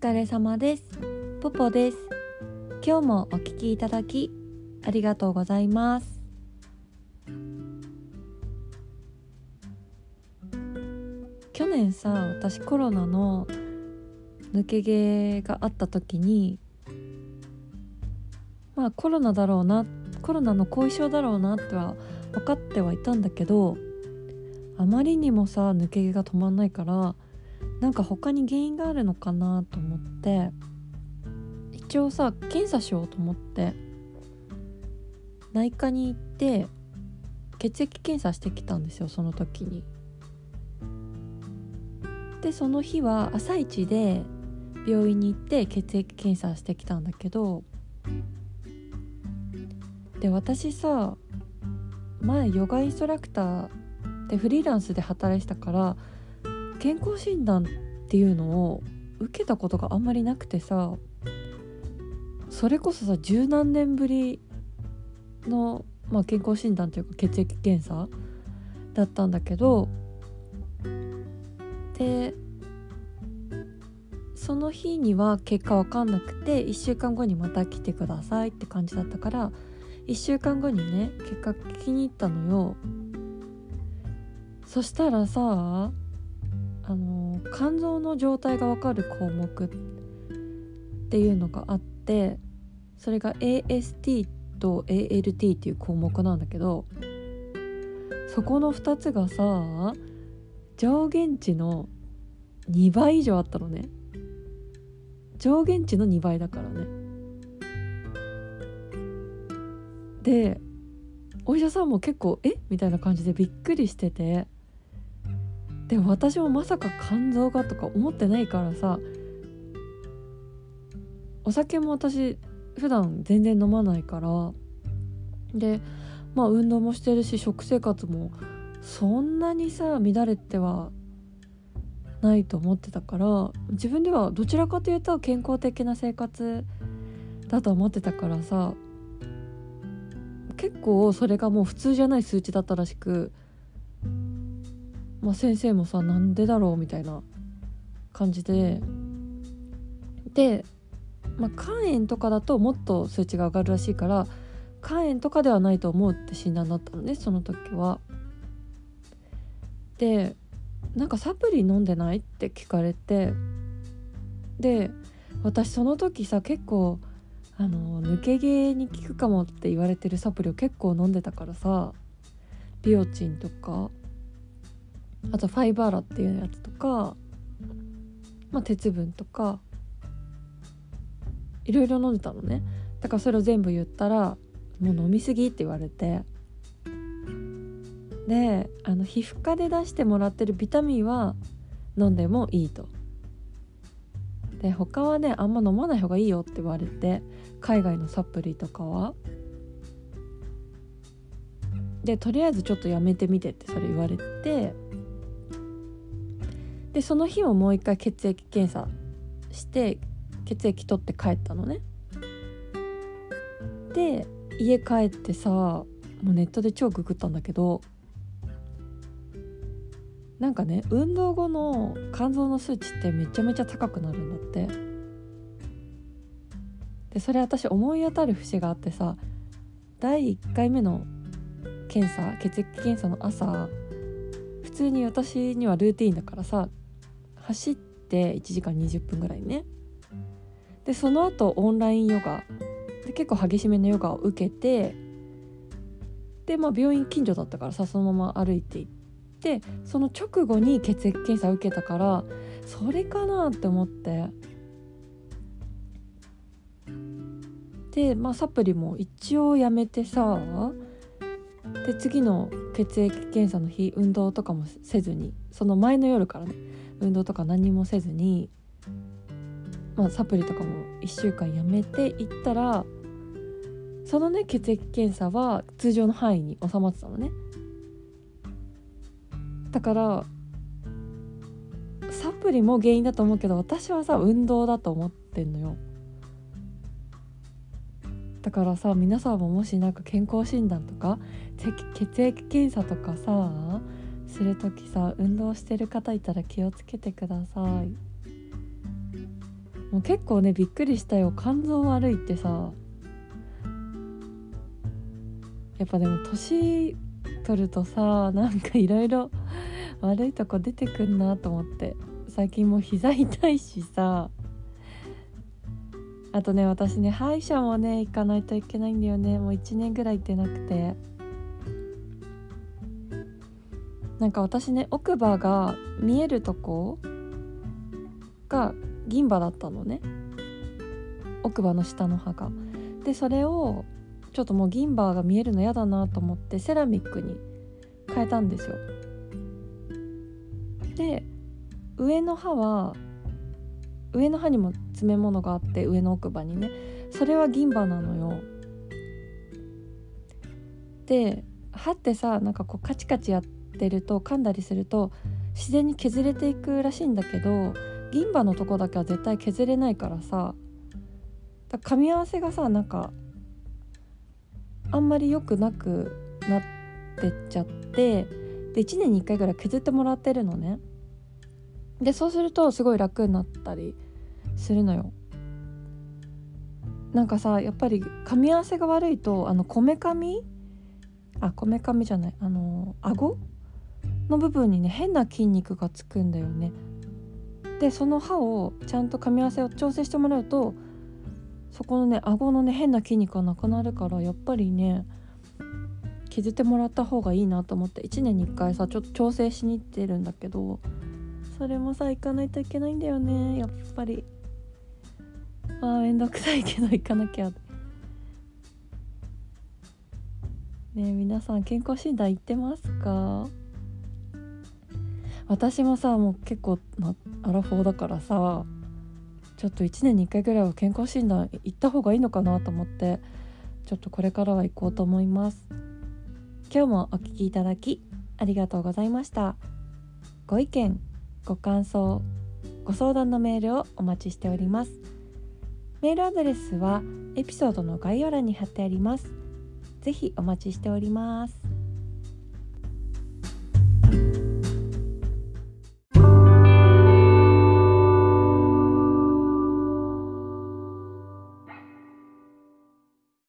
疲れ様です。ポポです。今日もお聞きいただきありがとうございます。去年さ、私コロナの抜け毛があった時に、コロナだろうな、コロナの後遺症だろうなっては分かってはいたんだけど、あまりにもさ抜け毛が止まんないから、なんか他に原因があるのかなと思って、一応さ検査しようと思って内科に行って血液検査してきたんですよ、その時に。でその日は朝一で病院に行って血液検査してきたんだけど、で私さ前ヨガインストラクターでフリーランスで働いてたから、健康診断っていうのを受けたことがあんまりなくてさ、それこそさ十何年ぶりの、健康診断というか血液検査だったんだけど、でその日には結果わかんなくて、1週間後にまた来てくださいって感じだったから、1週間後にね結果聞きに行ったのよ。そしたらさ、肝臓の状態がわかる項目っていうのがあって、それが AST と ALT っていう項目なんだけど、そこの2つがさ上限値の2倍以上あったのね。上限値の2倍だからね。でお医者さんも結構みたいな感じでびっくりしてて、でも私もまさか肝臓がとか思ってないからさ、お酒も私普段全然飲まないから、で運動もしてるし食生活もそんなにさ乱れてはないと思ってたから、自分ではどちらかというと健康的な生活だと思ってたからさ、結構それがもう普通じゃない数値だったらしく、先生もさなんでだろうみたいな感じで、肝炎とかだともっと数値が上がるらしいから、肝炎とかではないと思うって診断だったのね、その時は。でなんかサプリ飲んでないって聞かれて、で私その時さ結構抜け毛に効くかもって言われてるサプリを結構飲んでたからさ、ビオチンとか、あとファイバーラっていうやつとか、鉄分とかいろいろ飲んでたのね。だからそれを全部言ったら、もう飲みすぎって言われて、で皮膚科で出してもらってるビタミンは飲んでもいいと。で他はねあんま飲まない方がいいよって言われて、海外のサプリとかは。でとりあえずちょっとやめてみてってそれ言われて、でその日ももう一回血液検査して血液取って帰ったのね。で家帰ってさ、もうネットで超ググったんだけど、なんかね運動後の肝臓の数値ってめちゃめちゃ高くなるんだって。でそれ私思い当たる節があってさ、第1回目の検査、血液検査の朝、普通に私にはルーティーンだからさ、走って1時間20分ぐらいね。でその後オンラインヨガで結構激しめのヨガを受けて、で病院近所だったからさ、そのまま歩いて行って、その直後に血液検査を受けたから、それかなって思って、でサプリも一応やめてさ、で次の血液検査の日運動とかもせずに、その前の夜からね運動とか何もせずに、サプリとかも1週間やめていったら、そのね血液検査は通常の範囲に収まってたのね。だからサプリも原因だと思うけど、私はさ運動だと思ってんのよ。だからさ、皆さんももしなんか健康診断とか血液検査とかさするときさ、運動してる方いたら気をつけてください。 もう結構ねびっくりしたよ。肝臓悪いってさ、やっぱでも年取るとさ、なんかいろいろ悪いとこ出てくんなと思って、最近もう膝痛いしさ、あとね私ね歯医者もね行かないといけないんだよね。もう1年ぐらい行ってなくて、なんか私ね奥歯が見えるとこが銀歯だったのね、奥歯の下の歯が。でそれをちょっともう銀歯が見えるの嫌だなと思ってセラミックに変えたんですよ。で上の歯にも詰め物があって、上の奥歯にね、それは銀歯なのよ。で歯ってさ、なんかこうカチカチやってると、噛んだりすると自然に削れていくらしいんだけど、銀歯のとこだけは絶対削れないからさ、だから噛み合わせがさ、なんかあんまり良くなくなってっちゃって、で1年に1回ぐらい削ってもらってるのね。でそうするとすごい楽になったりするのよ。なんかさ、やっぱり噛み合わせが悪いとこめかみじゃない、顎の部分にね変な筋肉がつくんだよね。でその歯をちゃんと噛み合わせを調整してもらうと、そこのね顎のね変な筋肉がなくなるから、やっぱりね削ってもらった方がいいなと思って1年に1回さちょっと調整しに行ってるんだけど、それもさ行かないといけないんだよね。やっぱりめんどくさいけど行かなきゃね。皆さん健康診断行ってますか？私もさもう結構なアラフォーだからさ、ちょっと1年に1回ぐらいは健康診断行った方がいいのかなと思って、ちょっとこれからは行こうと思います。今日もお聞きいただきありがとうございました。ご意見ご感想ご相談のメールをお待ちしております。メールアドレスはエピソードの概要欄に貼ってあります。ぜひお待ちしております。